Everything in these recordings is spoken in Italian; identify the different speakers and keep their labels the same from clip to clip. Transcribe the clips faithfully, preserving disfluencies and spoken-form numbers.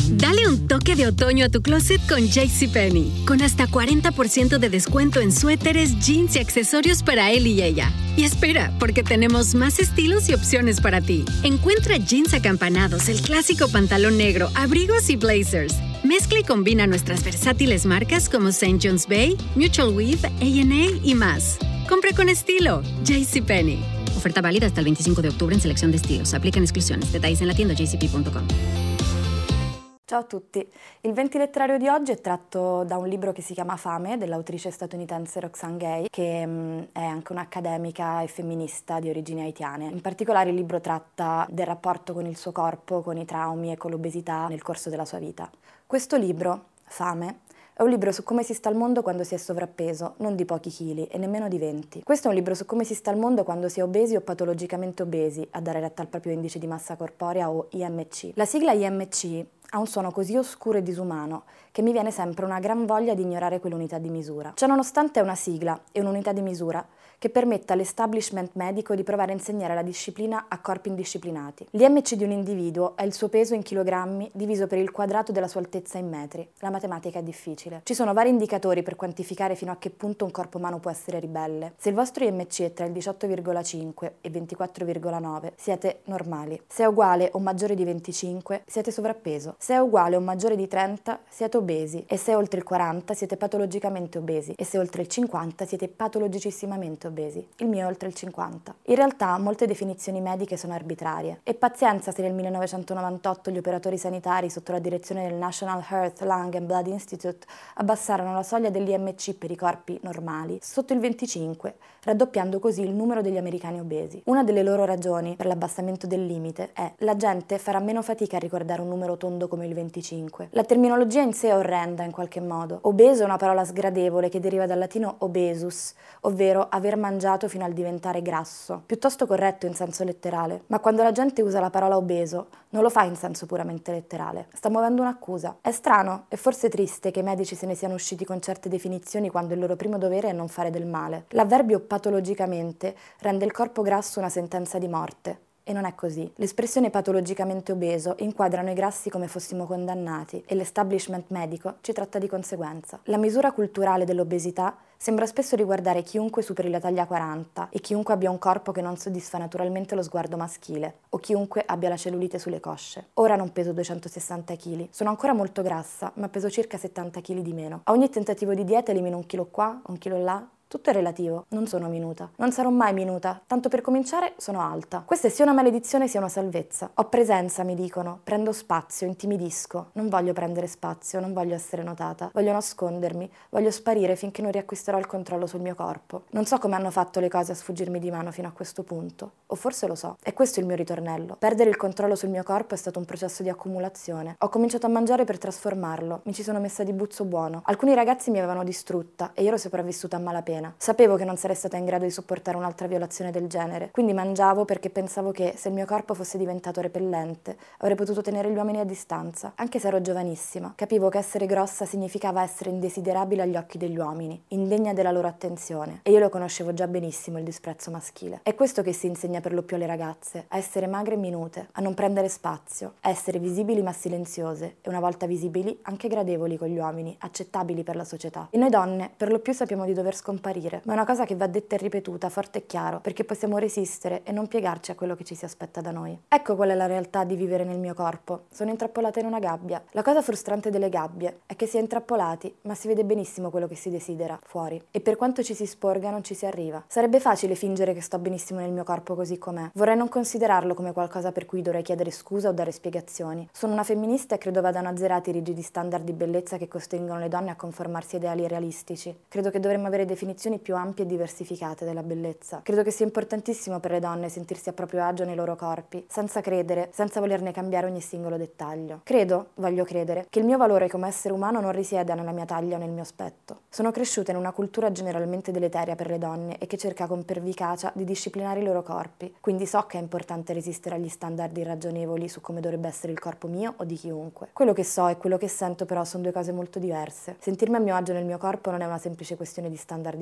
Speaker 1: Dale un toque de otoño a tu closet con JCPenney, con hasta cuarenta por ciento de descuento en suéteres, jeans y accesorios para él y ella. Y espera, porque tenemos más estilos y opciones para ti. Encuentra jeans acampanados, el clásico pantalón negro, abrigos y blazers. Mezcla y combina nuestras versátiles marcas como Saint John's Bay, Mutual Weave, A and A y más. Compra con estilo. JCPenney. Oferta válida hasta el venticinco de octubre en selección de estilos. Aplican exclusiones. Detalles en la tienda j c p punto com.
Speaker 2: Ciao a tutti, il venti letterario di oggi è tratto da un libro che si chiama Fame, dell'autrice statunitense Roxane Gay, che mh, è anche un'accademica e femminista di origini haitiane. In particolare il libro tratta del rapporto con il suo corpo, con i traumi e con l'obesità nel corso della sua vita. Questo libro, Fame, è un libro su come si sta al mondo quando si è sovrappeso, non di pochi chili e nemmeno di venti. Questo è un libro su come si sta al mondo quando si è obesi o patologicamente obesi, a dare retta al proprio indice di massa corporea o I M C. La sigla I M C ha un suono così oscuro e disumano che mi viene sempre una gran voglia di ignorare quell'unità di misura. Ciononostante è una sigla e un'unità di misura che permette all'establishment medico di provare a insegnare la disciplina a corpi indisciplinati. L'I M C di un individuo è il suo peso in chilogrammi diviso per il quadrato della sua altezza in metri. La matematica è difficile. Ci sono vari indicatori per quantificare fino a che punto un corpo umano può essere ribelle. Se il vostro I M C è tra il diciotto virgola cinque e ventiquattro virgola nove, siete normali. Se è uguale o maggiore di venticinque, siete sovrappeso. Se è uguale o maggiore di trenta, siete obesi. E se è oltre il quaranta, siete patologicamente obesi. E se è oltre il cinquanta, siete patologicissimamente obesi. Il mio è oltre il cinquanta. In realtà molte definizioni mediche sono arbitrarie. E pazienza se nel millenovecentonovantotto gli operatori sanitari sotto la direzione del National Heart, Lung and Blood Institute abbassarono la soglia dell'I M C per i corpi normali sotto il venticinque, raddoppiando così il numero degli americani obesi. Una delle loro ragioni per l'abbassamento del limite è: la gente farà meno fatica a ricordare un numero tondo come il venticinque. La terminologia in sé è orrenda in qualche modo. Obeso è una parola sgradevole che deriva dal latino obesus, ovvero aver mangiato fino al diventare grasso, piuttosto corretto in senso letterale. Ma quando la gente usa la parola obeso, non lo fa in senso puramente letterale. Sta muovendo un'accusa. È strano e forse triste che i medici se ne siano usciti con certe definizioni quando il loro primo dovere è non fare del male. L'avverbio patologicamente rende il corpo grasso una sentenza di morte. E non è così. L'espressione patologicamente obeso inquadrano i grassi come fossimo condannati e l'establishment medico ci tratta di conseguenza. La misura culturale dell'obesità sembra spesso riguardare chiunque superi la taglia quaranta e chiunque abbia un corpo che non soddisfa naturalmente lo sguardo maschile o chiunque abbia la cellulite sulle cosce. Ora non peso duecentosessanta chili, sono ancora molto grassa, ma peso circa settanta chili di meno. A ogni tentativo di dieta elimino un chilo qua, un chilo là. Tutto è relativo, non sono minuta. Non sarò mai minuta, tanto per cominciare sono alta. Questa è sia una maledizione sia una salvezza. Ho presenza, mi dicono, prendo spazio, intimidisco. Non voglio prendere spazio, non voglio essere notata. Voglio nascondermi, voglio sparire finché non riacquisterò il controllo sul mio corpo. Non so come hanno fatto le cose a sfuggirmi di mano fino a questo punto. O forse lo so. E questo è il mio ritornello. Perdere il controllo sul mio corpo è stato un processo di accumulazione. Ho cominciato a mangiare per trasformarlo. Mi ci sono messa di buzzo buono. Alcuni ragazzi mi avevano distrutta e io ero sopravvissuta a malapena. Sapevo che non sarei stata in grado di sopportare un'altra violazione del genere, quindi mangiavo perché pensavo che se il mio corpo fosse diventato repellente avrei potuto tenere gli uomini a distanza, anche se ero giovanissima. Capivo che essere grossa significava essere indesiderabile agli occhi degli uomini, indegna della loro attenzione, e io lo conoscevo già benissimo il disprezzo maschile. È questo che si insegna per lo più alle ragazze, a essere magre e minute, a non prendere spazio, a essere visibili ma silenziose e una volta visibili anche gradevoli con gli uomini, accettabili per la società. E noi donne per lo più sappiamo di dover scomparire, ma è una cosa che va detta e ripetuta forte e chiaro, perché possiamo resistere e non piegarci a quello che ci si aspetta da noi. Ecco qual è la realtà di vivere nel mio corpo. Sono intrappolata in una gabbia. La cosa frustrante delle gabbie è che si è intrappolati, ma si vede benissimo quello che si desidera fuori. E per quanto ci si sporga non ci si arriva. Sarebbe facile fingere che sto benissimo nel mio corpo così com'è. Vorrei non considerarlo come qualcosa per cui dovrei chiedere scusa o dare spiegazioni. Sono una femminista e credo vadano azzerati i rigidi standard di bellezza che costringono le donne a conformarsi a ideali realistici. Credo che dovremmo avere definizioni più ampie e diversificate della bellezza. Credo che sia importantissimo per le donne sentirsi a proprio agio nei loro corpi, senza credere, senza volerne cambiare ogni singolo dettaglio. Credo, voglio credere, che il mio valore come essere umano non risieda nella mia taglia o nel mio aspetto. Sono cresciuta in una cultura generalmente deleteria per le donne e che cerca con pervicacia di disciplinare i loro corpi, quindi so che è importante resistere agli standard irragionevoli su come dovrebbe essere il corpo mio o di chiunque. Quello che so e quello che sento però sono due cose molto diverse. Sentirmi a mio agio nel mio corpo non è una semplice questione di standard di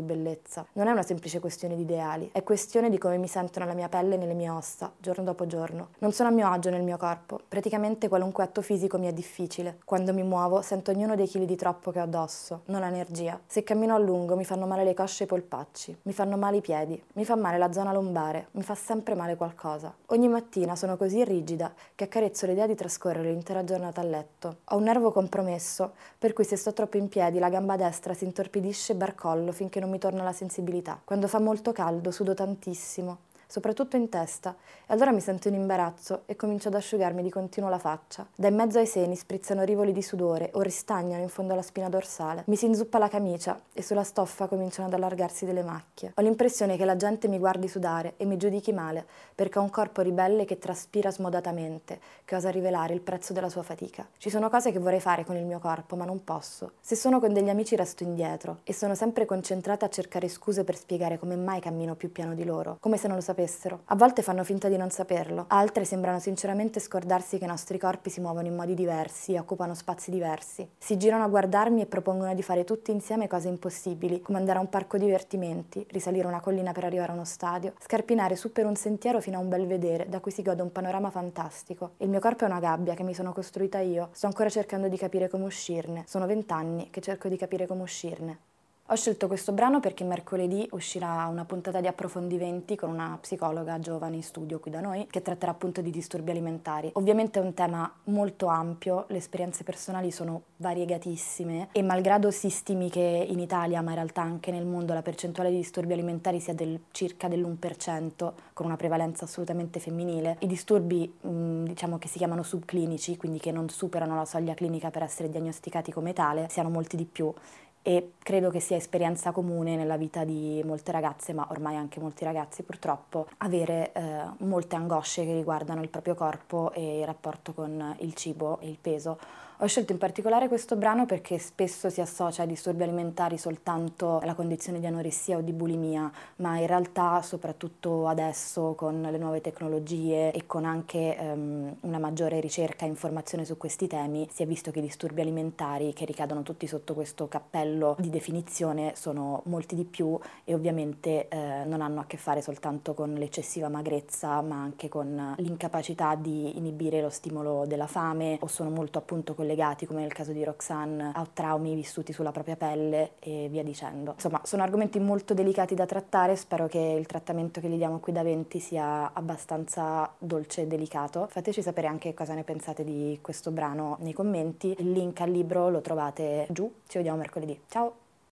Speaker 2: bellezza. Non è una semplice questione di ideali, è questione di come mi sento nella mia pelle e nelle mie ossa, giorno dopo giorno. Non sono a mio agio nel mio corpo, praticamente qualunque atto fisico mi è difficile. Quando mi muovo sento ognuno dei chili di troppo che ho addosso, non l'energia. Se cammino a lungo mi fanno male le cosce e i polpacci, mi fanno male i piedi, mi fa male la zona lombare, mi fa sempre male qualcosa. Ogni mattina sono così rigida che accarezzo l'idea di trascorrere l'intera giornata a letto. Ho un nervo compromesso, per cui se sto troppo in piedi la gamba destra si intorpidisce e barcollo finché non mi torna la sensibilità. Quando fa molto caldo sudo tantissimo, soprattutto in testa, e allora mi sento in imbarazzo e comincio ad asciugarmi di continuo la faccia. Da in mezzo ai seni sprizzano rivoli di sudore o ristagnano in fondo alla spina dorsale. Mi si inzuppa la camicia e sulla stoffa cominciano ad allargarsi delle macchie. Ho l'impressione che la gente mi guardi sudare e mi giudichi male, perché ho un corpo ribelle che traspira smodatamente, che osa rivelare il prezzo della sua fatica. Ci sono cose che vorrei fare con il mio corpo, ma non posso. Se sono con degli amici resto indietro e sono sempre concentrata a cercare scuse per spiegare come mai cammino più piano di loro, come se non lo sapessero. A volte fanno finta di non saperlo, altre sembrano sinceramente scordarsi che i nostri corpi si muovono in modi diversi e occupano spazi diversi. Si girano a guardarmi e propongono di fare tutti insieme cose impossibili, come andare a un parco divertimenti, risalire una collina per arrivare a uno stadio, scarpinare su per un sentiero fino a un belvedere da cui si gode un panorama fantastico. Il mio corpo è una gabbia che mi sono costruita io, sto ancora cercando di capire come uscirne. Sono vent'anni che cerco di capire come uscirne. Ho scelto questo brano perché mercoledì uscirà una puntata di approfondimenti con una psicologa giovane in studio qui da noi che tratterà appunto di disturbi alimentari. Ovviamente è un tema molto ampio, le esperienze personali sono variegatissime e malgrado si stimi che in Italia, ma in realtà anche nel mondo, la percentuale di disturbi alimentari sia del circa dell'uno per cento, con una prevalenza assolutamente femminile, i disturbi mh, diciamo che si chiamano subclinici, quindi che non superano la soglia clinica per essere diagnosticati come tale, siano molti di più. E credo che sia esperienza comune nella vita di molte ragazze, ma ormai anche molti ragazzi purtroppo, avere eh, molte angosce che riguardano il proprio corpo e il rapporto con il cibo e il peso. Ho scelto in particolare questo brano perché spesso si associa ai disturbi alimentari soltanto alla condizione di anoressia o di bulimia, ma in realtà soprattutto adesso con le nuove tecnologie e con anche um, una maggiore ricerca e informazione su questi temi si è visto che i disturbi alimentari, che ricadono tutti sotto questo cappello di definizione, sono molti di più e ovviamente eh, non hanno a che fare soltanto con l'eccessiva magrezza, ma anche con l'incapacità di inibire lo stimolo della fame o sono molto appunto con legati, come nel caso di Roxanne, a traumi vissuti sulla propria pelle e via dicendo. Insomma, sono argomenti molto delicati da trattare, spero che il trattamento che gli diamo qui da venti sia abbastanza dolce e delicato. Fateci sapere anche cosa ne pensate di questo brano nei commenti, il link al libro lo trovate giù, ci vediamo mercoledì, ciao!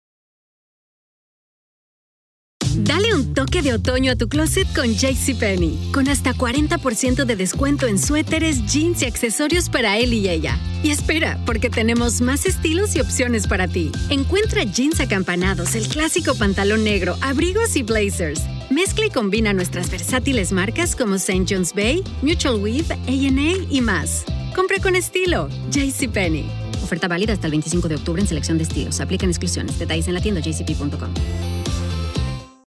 Speaker 1: Dale un toque de otoño a tu closet con JCPenney, con hasta cuarenta por ciento de descuento en suéteres, jeans y accesorios para él y ella. Y espera, porque tenemos más estilos y opciones para ti. Encuentra jeans acampanados, el clásico pantalón negro, abrigos y blazers. Mezcla y combina nuestras versátiles marcas como Saint John's Bay, Mutual Weave, A and A y más. Compra con estilo. JCPenney. Oferta válida hasta el veinticinco de octubre en selección de estilos. Aplican exclusiones. Detalles en la tienda j c p punto com.